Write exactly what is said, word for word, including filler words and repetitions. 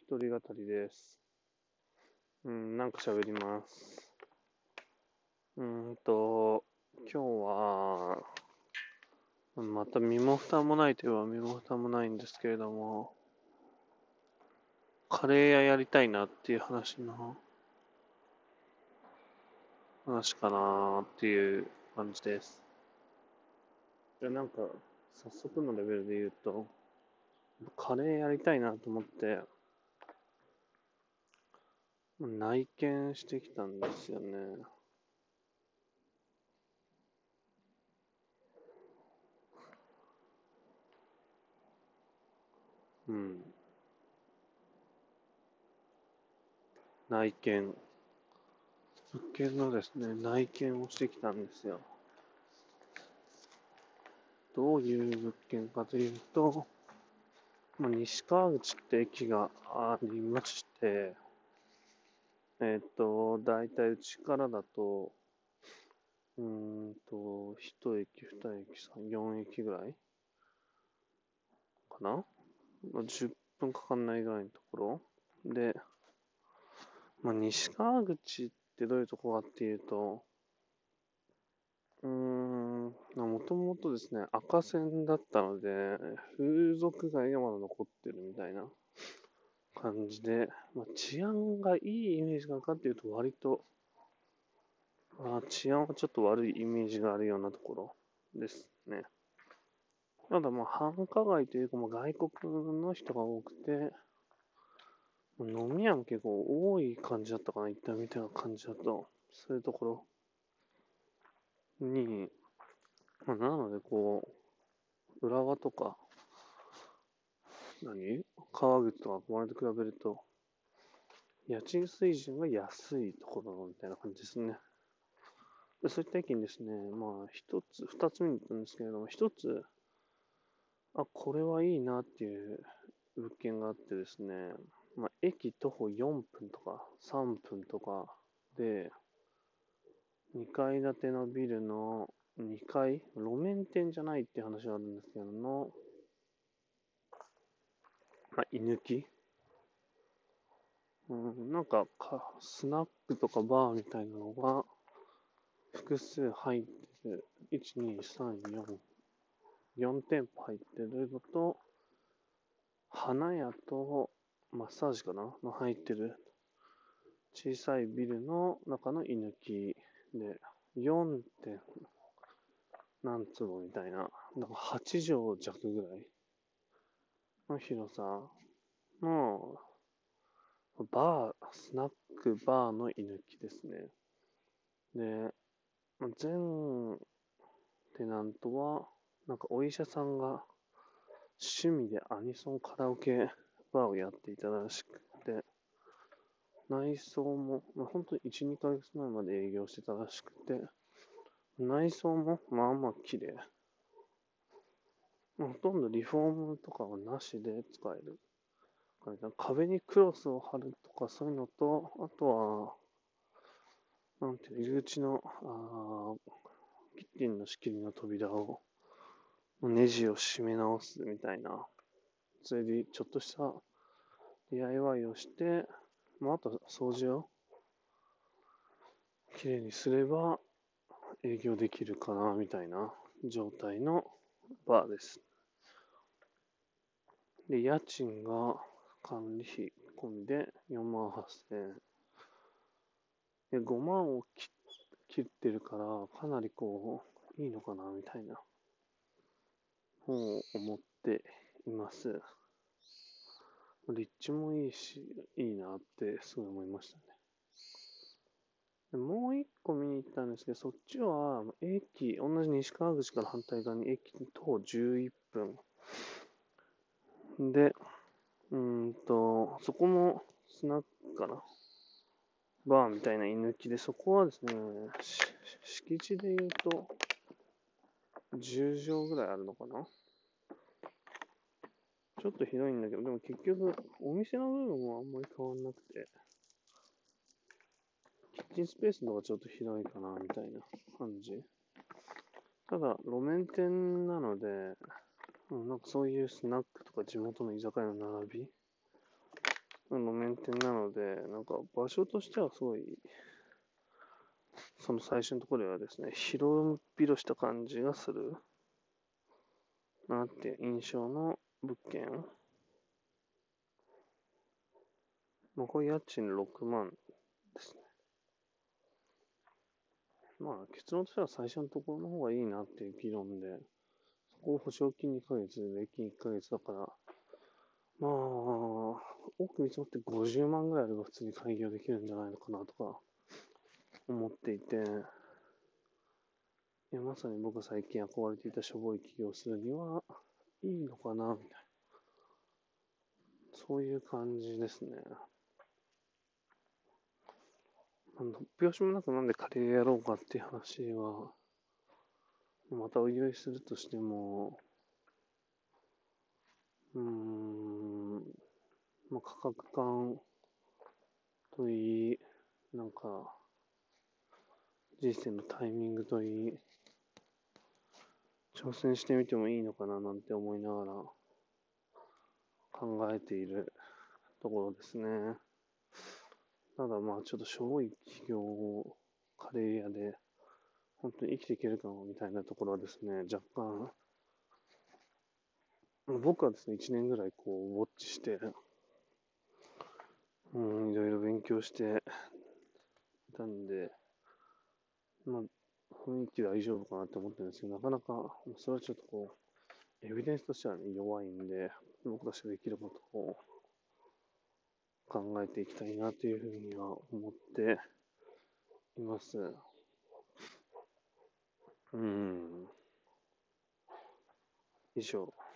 一人語りです。うん、なんか喋ります。うーんと、今日は、また身も蓋もないといえば身も蓋もないんですけれども、カレー屋やりたいなっていう話の話かなっていう感じです。で、なんか、早速のレベルで言うと、カレーやりたいなと思って、内見してきたんですよね。うん。内見。物件のですね、内見をしてきたんですよ。どういう物件かというと、まあ、西川口って駅がありまして、えっと、だいたいうちからだと、うーんと、いち駅、に駅、さん、よん駅ぐらいかな、まあ、じゅっぷんかかんないぐらいのところで、まあ、西川口ってどういうとこかっていうと、うーん、もともとですね、赤線だったので、風俗街がまだ残ってるみたいな感じで、まあ、治安がいいイメージがかっていうと割と、あ治安はちょっと悪いイメージがあるようなところですね。ただまあ繁華街というか、まあ、外国の人が多くて、飲み屋も結構多い感じだったかな、行ったみたいな感じだと、そういうところに、まあ、なのでこう、浦和とか、何川口とかこれと比べると、家賃水準が安いところみたいな感じですね。でそういった駅にですね、まあ一つ、二つ見に行ったんですけれども、一つ、あ、これはいいなっていう物件があってですね、まあ駅徒歩よんぷんとかさんぷんとかで、にかい建てのビルのにかい、路面店じゃないっていう話があるんですけども、まあ、居抜き、うん、なんかか、スナックとかバーみたいなのが複数入ってる。いち、に、さん、よん、よん店舗入ってるのと、花屋とマッサージかなの入ってる小さいビルの中の居抜きで、よん店何坪みたいな、なんかはち畳弱ぐらいの広さのバー、スナックバーの居抜きですね。で、全テナントは、なんかお医者さんが趣味でアニソンカラオケバーをやっていたらしくて、内装も、まあ、本当にいち、にかげつまえまで営業してたらしくて、内装もまあまあ綺麗。ほとんどリフォームとかはなしで使える。壁にクロスを貼るとかそういうのと、あとは、なんていう、入り口の、あキッチンの仕切りの扉を、ネジを締め直すみたいな、それでちょっとした ディーアイワイ をして、まあ、あと掃除をきれいにすれば営業できるかな、みたいな状態のバーです。で、家賃が管理費込みでよんまんはっせんえん。で、ごまんを切ってるから、かなりこう、いいのかな、みたいな、もう思っています。立地もいいし、いいなってすごい思いましたね。でもう一個見に行ったんですけど、そっちは駅、同じ西川口から反対側に駅徒歩じゅういっぷん。で、うーんと、そこもスナックかなバーみたいな居抜きで、そこはですね、敷地で言うとじゅう畳ぐらいあるのかな、ちょっと広いんだけど、でも結局お店の部分はあんまり変わんなくて、キッチンスペースの方がちょっと広いかな、みたいな感じ。ただ、路面店なので、うん、なんかそういうスナックとか地元の居酒屋の並び路面店なので、なんか場所としてはすごい、その最初のところではですね、広々した感じがするなっていう印象の物件。まあ、これ家賃ろくまんですね。まあ結論としては最初のところの方がいいなっていう議論で、そこを保証金にかげつ、礼金いっかげつだから、まあ、多く見積もってごじゅうまんぐらいあれば普通に開業できるんじゃないのかなとか思っていて、いやまさに僕が最近憧れていたしょぼい起業するにはいいのかなみたいな、そういう感じですね。突拍子もなくなんでカレーやろうかっていう話は、またお祝いするとしても、うーん、まあ、価格感といい、なんか、人生のタイミングといい、挑戦してみてもいいのかななんて思いながら考えているところですね。ただまあちょっとしょぼい企業をカレー屋で本当に生きていけるかもみたいなところはですね、若干、僕はですね、いちねんぐらいこう、ウォッチして、うん、いろいろ勉強してたんで、まあ、雰囲気大丈夫かなって思ってるんですけど、なかなか、それはちょっとこう、エビデンスとしては、ね、弱いんで、僕たちができることを考えていきたいなというふうには思っています。うん。以上。